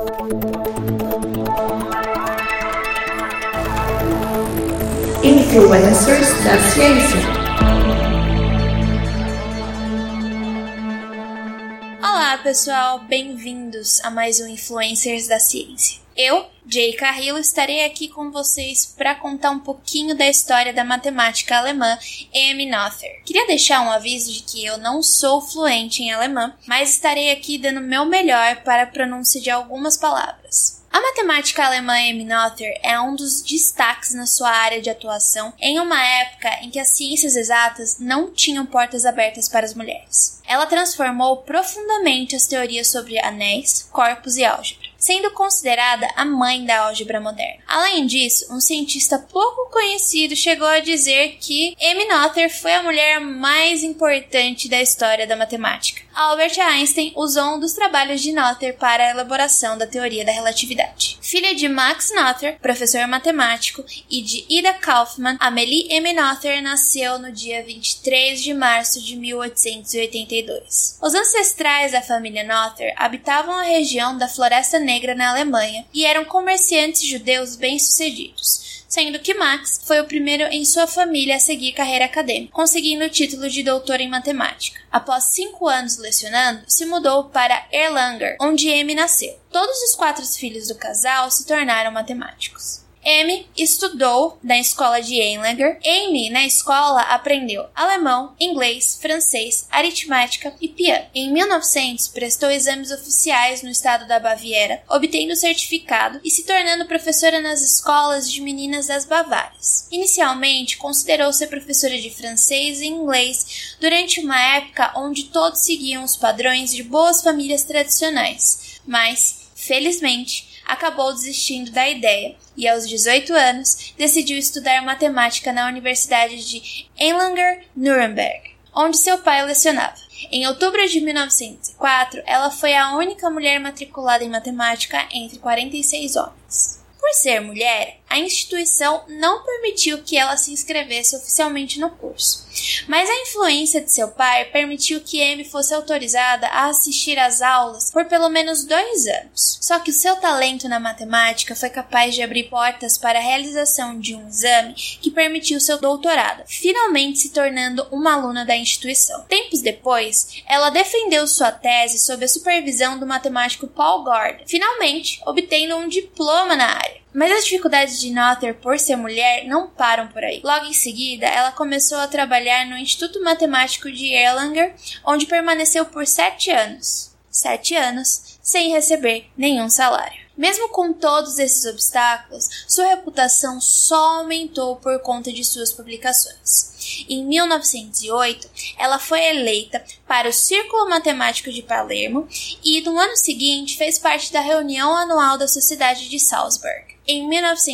Influencers da ciência. Olá pessoal, bem-vindos a mais um Influencers da Ciência. Eu, Jay Carrillo, estarei aqui com vocês para contar um pouquinho da história da matemática alemã Emmy Noether. Queria deixar um aviso de que eu não sou fluente em alemão, mas estarei aqui dando o meu melhor para a pronúncia de algumas palavras. A matemática alemã Emmy Noether é um dos destaques na sua área de atuação em uma época em que as ciências exatas não tinham portas abertas para as mulheres. Ela transformou profundamente as teorias sobre anéis, corpos e álgebra, sendo considerada a mãe da álgebra moderna. Além disso, um cientista pouco conhecido chegou a dizer que Emmy Noether foi a mulher mais importante da história da matemática. Albert Einstein usou um dos trabalhos de Noether para a elaboração da teoria da relatividade. Filha de Max Noether, professor matemático, e de Ida Kaufmann, Amélie Emmy Noether nasceu no dia 23 de março de 1882. Os ancestrais da família Noether habitavam a região da Floresta Negra na Alemanha e eram comerciantes judeus bem-sucedidos, sendo que Max foi o primeiro em sua família a seguir carreira acadêmica, conseguindo o título de doutor em matemática. Após 5 anos lecionando, se mudou para Erlanger, onde Emmy nasceu. Todos os 4 filhos do casal se tornaram matemáticos. Emmy estudou na escola de Erlanger. Emmy, na escola, aprendeu alemão, inglês, francês, aritmética e piano. Em 1900, prestou exames oficiais no estado da Baviera, obtendo o certificado e se tornando professora nas escolas de meninas das Bavárias. Inicialmente, considerou ser professora de francês e inglês durante uma época onde todos seguiam os padrões de boas famílias tradicionais, mas, felizmente, acabou desistindo da ideia e, aos 18 anos, decidiu estudar matemática na Universidade de Erlanger-Nuremberg, onde seu pai lecionava. Em outubro de 1904, ela foi a única mulher matriculada em matemática entre 46 homens. Por ser mulher, a instituição não permitiu que ela se inscrevesse oficialmente no curso, mas a influência de seu pai permitiu que Emmy fosse autorizada a assistir às aulas por pelo menos 2 anos. Só que o seu talento na matemática foi capaz de abrir portas para a realização de um exame que permitiu seu doutorado, finalmente se tornando uma aluna da instituição. Tempos depois, ela defendeu sua tese sob a supervisão do matemático Paul Gordon, finalmente obtendo um diploma na área. Mas as dificuldades de Noether por ser mulher não param por aí. Logo em seguida, ela começou a trabalhar no Instituto Matemático de Erlanger, onde permaneceu por 7 anos. 7 anos sem receber nenhum salário. Mesmo com todos esses obstáculos, sua reputação só aumentou por conta de suas publicações. Em 1908, ela foi eleita para o Círculo Matemático de Palermo e, no ano seguinte, fez parte da reunião anual da Sociedade de Salzburg. Em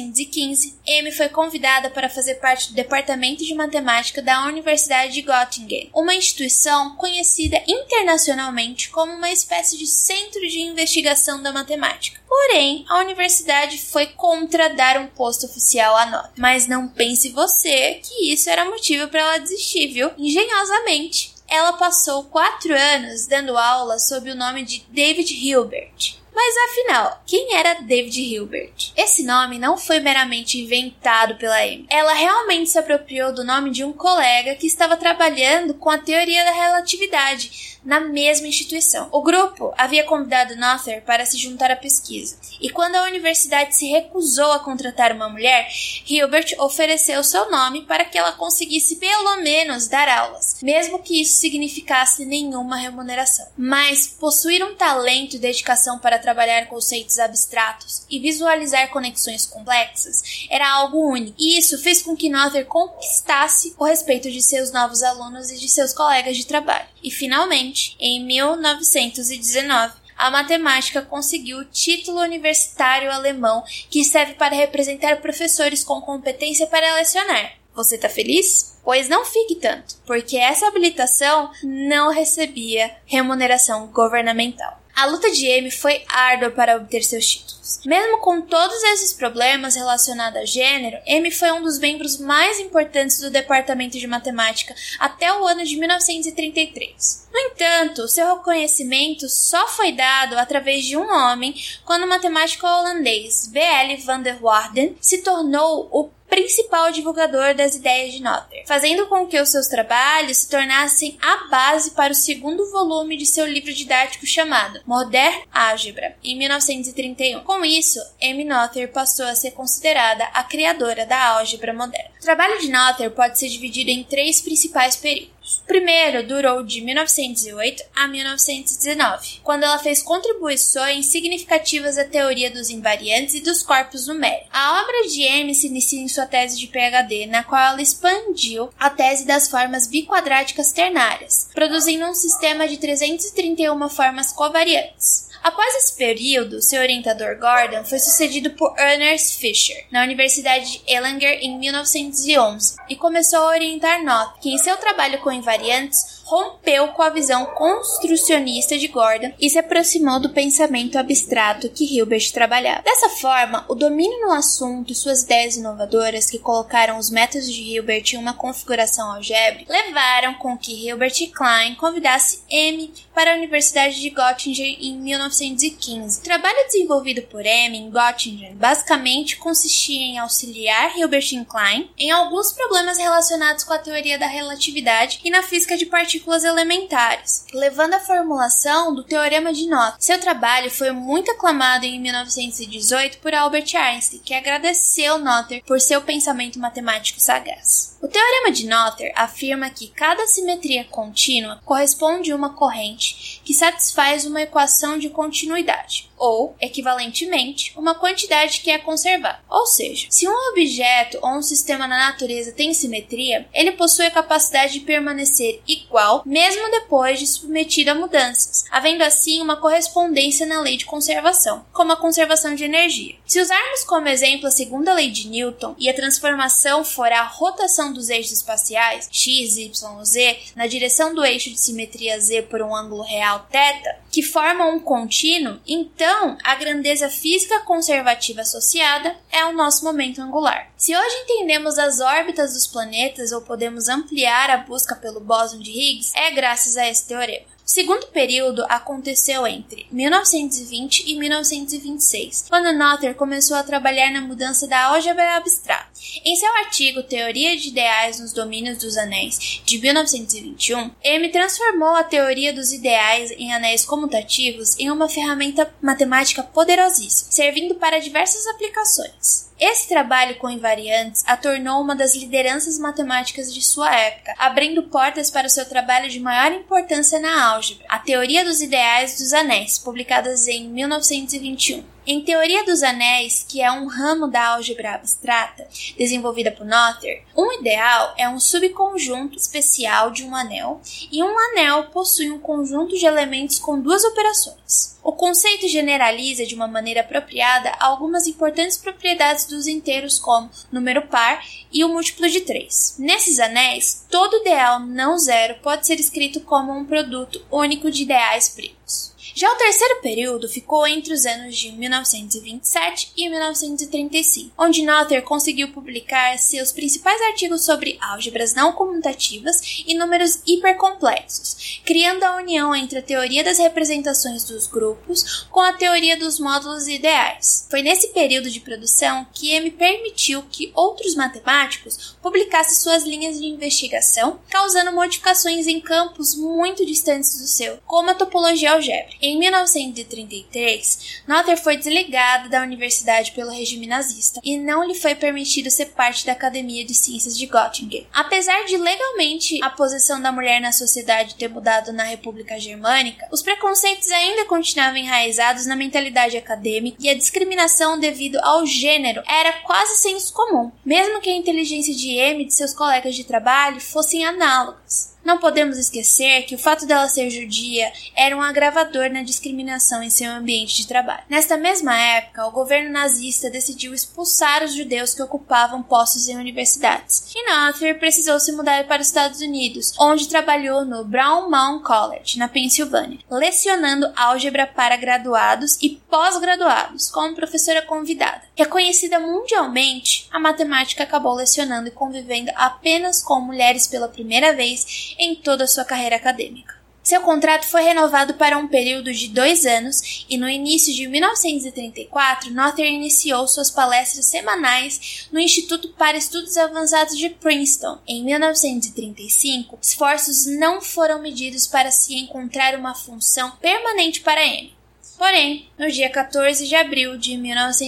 1915, Emmy foi convidada para fazer parte do Departamento de Matemática da Universidade de Göttingen, uma instituição conhecida internacionalmente como uma espécie de centro de investigação da matemática. Porém, a universidade foi contra dar um posto oficial à Noether. Mas não pense você que isso era motivo para ela desistir, viu? Engenhosamente, ela passou 4 anos dando aula sob o nome de David Hilbert. Mas afinal, quem era David Hilbert? Esse nome não foi meramente inventado pela Emmy. Ela realmente se apropriou do nome de um colega que estava trabalhando com a teoria da relatividade na mesma instituição. O grupo havia convidado Noether para se juntar à pesquisa, e quando a universidade se recusou a contratar uma mulher, Hilbert ofereceu seu nome para que ela conseguisse pelo menos dar aulas, mesmo que isso significasse nenhuma remuneração. Mas possuir um talento e dedicação para trabalhar conceitos abstratos e visualizar conexões complexas era algo único, e isso fez com que Noether conquistasse o respeito de seus novos alunos e de seus colegas de trabalho. E finalmente, em 1919, a matemática conseguiu o título universitário alemão, que serve para representar professores com competência para lecionar. Você tá feliz? Pois não fique tanto, porque essa habilitação não recebia remuneração governamental. A luta de M foi árdua para obter seus títulos. Mesmo com todos esses problemas relacionados a gênero, M foi um dos membros mais importantes do departamento de matemática até o ano de 1933. No entanto, seu reconhecimento só foi dado através de um homem quando o matemático holandês V.L. van der Waerden se tornou o principal divulgador das ideias de Noether, fazendo com que os seus trabalhos se tornassem a base para o segundo volume de seu livro didático chamado Modern Algebra, em 1931. Com isso, M. Noether passou a ser considerada a criadora da álgebra moderna. O trabalho de Noether pode ser dividido em 3 principais períodos. O primeiro durou de 1908 a 1919, quando ela fez contribuições significativas à teoria dos invariantes e dos corpos numéricos. A obra de M se inicia em sua tese de PhD, na qual ela expandiu a tese das formas biquadráticas ternárias, produzindo um sistema de 331 formas covariantes. Após esse período, seu orientador Gordon foi sucedido por Ernest Fischer, na Universidade de Erlangen em 1911, e começou a orientar Noether, que em seu trabalho com invariantes rompeu com a visão construcionista de Gordon e se aproximou do pensamento abstrato que Hilbert trabalhava. Dessa forma, o domínio no assunto e suas ideias inovadoras que colocaram os métodos de Hilbert em uma configuração algébrica levaram com que Hilbert Klein convidasse M para a Universidade de Göttingen em 1915. O trabalho desenvolvido por M em Göttingen basicamente consistia em auxiliar Hilbert Klein em alguns problemas relacionados com a teoria da relatividade e na física de partículas elementares, levando à formulação do Teorema de Noether. Seu trabalho foi muito aclamado em 1918 por Albert Einstein, que agradeceu Noether por seu pensamento matemático sagaz. O Teorema de Noether afirma que cada simetria contínua corresponde a uma corrente que satisfaz uma equação de continuidade, ou, equivalentemente, uma quantidade que é conservada. Ou seja, se um objeto ou um sistema na natureza tem simetria, ele possui a capacidade de permanecer igual mesmo depois de submetido a mudanças, havendo assim uma correspondência na lei de conservação, como a conservação de energia. Se usarmos como exemplo a segunda lei de Newton e a transformação for a rotação dos eixos espaciais, x, y, z, na direção do eixo de simetria z por um ângulo real θ, que formam um contínuo, então a grandeza física conservativa associada é o nosso momento angular. Se hoje entendemos as órbitas dos planetas ou podemos ampliar a busca pelo bóson de Higgs, é graças a esse teorema. O segundo período aconteceu entre 1920 e 1926, quando Noether começou a trabalhar na mudança da álgebra abstrata. Em seu artigo Teoria de Ideais nos Domínios dos Anéis, de 1921, M transformou a teoria dos ideais em anéis comutativos em uma ferramenta matemática poderosíssima, servindo para diversas aplicações. Esse trabalho com invariantes a tornou uma das lideranças matemáticas de sua época, abrindo portas para o seu trabalho de maior importância na álgebra, a Teoria dos Ideais dos Anéis, publicadas em 1921. Em Teoria dos Anéis, que é um ramo da álgebra abstrata, desenvolvida por Noether, um ideal é um subconjunto especial de um anel, e um anel possui um conjunto de elementos com duas operações. O conceito generaliza de uma maneira apropriada algumas importantes propriedades dos inteiros como número par e o múltiplo de 3. Nesses anéis, todo ideal não zero pode ser escrito como um produto único de ideais primos. Já o terceiro período ficou entre os anos de 1927 e 1935, onde Noether conseguiu publicar seus principais artigos sobre álgebras não comutativas e números hipercomplexos, criando a união entre a teoria das representações dos grupos com a teoria dos módulos ideais. Foi nesse período de produção que M permitiu que outros matemáticos publicassem suas linhas de investigação, causando modificações em campos muito distantes do seu, como a topologia algébrica. Em 1933, Noether foi desligado da universidade pelo regime nazista e não lhe foi permitido ser parte da Academia de Ciências de Göttingen. Apesar de legalmente a posição da mulher na sociedade ter mudado na República Germânica, os preconceitos ainda continuavam enraizados na mentalidade acadêmica e a discriminação devido ao gênero era quase senso comum, mesmo que a inteligência de M e de seus colegas de trabalho fossem análogas. Não podemos esquecer que o fato dela ser judia era um agravador na discriminação em seu ambiente de trabalho. Nesta mesma época, o governo nazista decidiu expulsar os judeus que ocupavam postos em universidades, e Noether precisou se mudar para os Estados Unidos, onde trabalhou no Brown Mountain College, na Pensilvânia, lecionando álgebra para graduados e pós-graduados, como professora convidada. Reconhecida mundialmente, a matemática acabou lecionando e convivendo apenas com mulheres pela primeira vez em toda a sua carreira acadêmica. Seu contrato foi renovado para um período de 2 anos e no início de 1934, Noether iniciou suas palestras semanais no Instituto para Estudos Avançados de Princeton. Em 1935, esforços não foram medidos para se encontrar uma função permanente para Amy. Porém, no dia 14 de abril de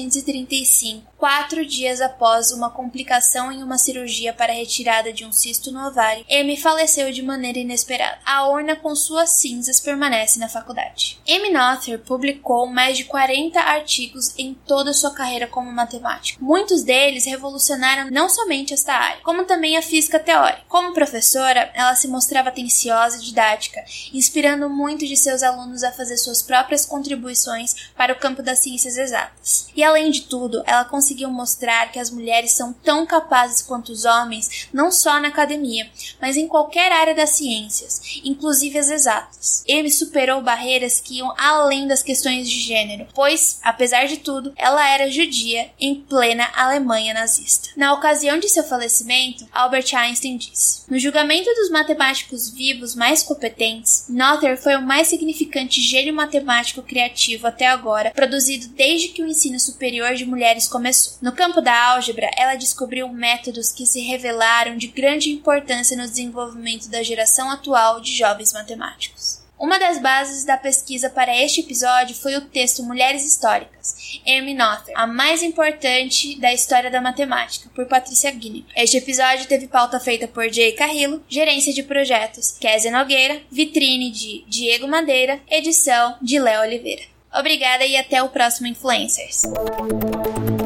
1935, 4 dias após uma complicação em uma cirurgia para a retirada de um cisto no ovário, Amy faleceu de maneira inesperada. A urna com suas cinzas permanece na faculdade. Amy Noether publicou mais de 40 artigos em toda sua carreira como matemática. Muitos deles revolucionaram não somente esta área, como também a física teórica. Como professora, ela se mostrava atenciosa e didática, inspirando muitos de seus alunos a fazer suas próprias contribuições para o campo das ciências exatas. E além de tudo, ela conseguiu mostrar que as mulheres são tão capazes quanto os homens, não só na academia, mas em qualquer área das ciências, inclusive as exatas. Ele superou barreiras que iam além das questões de gênero, pois, apesar de tudo, ela era judia em plena Alemanha nazista. Na ocasião de seu falecimento, Albert Einstein disse: "No julgamento dos matemáticos vivos mais competentes, Noether foi o mais significante gênio matemático criativo até agora, produzido desde que o ensino superior de mulheres começou. No campo da álgebra, ela descobriu métodos que se revelaram de grande importância no desenvolvimento da geração atual de jovens matemáticos." Uma das bases da pesquisa para este episódio foi o texto Mulheres Históricas, Amy Noether, a mais importante da história da matemática, por Patrícia Ginnipp. Este episódio teve pauta feita por Jay Carrillo, gerência de projetos Kézia Nogueira, vitrine de Diego Madeira, edição de Léo Oliveira. Obrigada e até o próximo Influencers.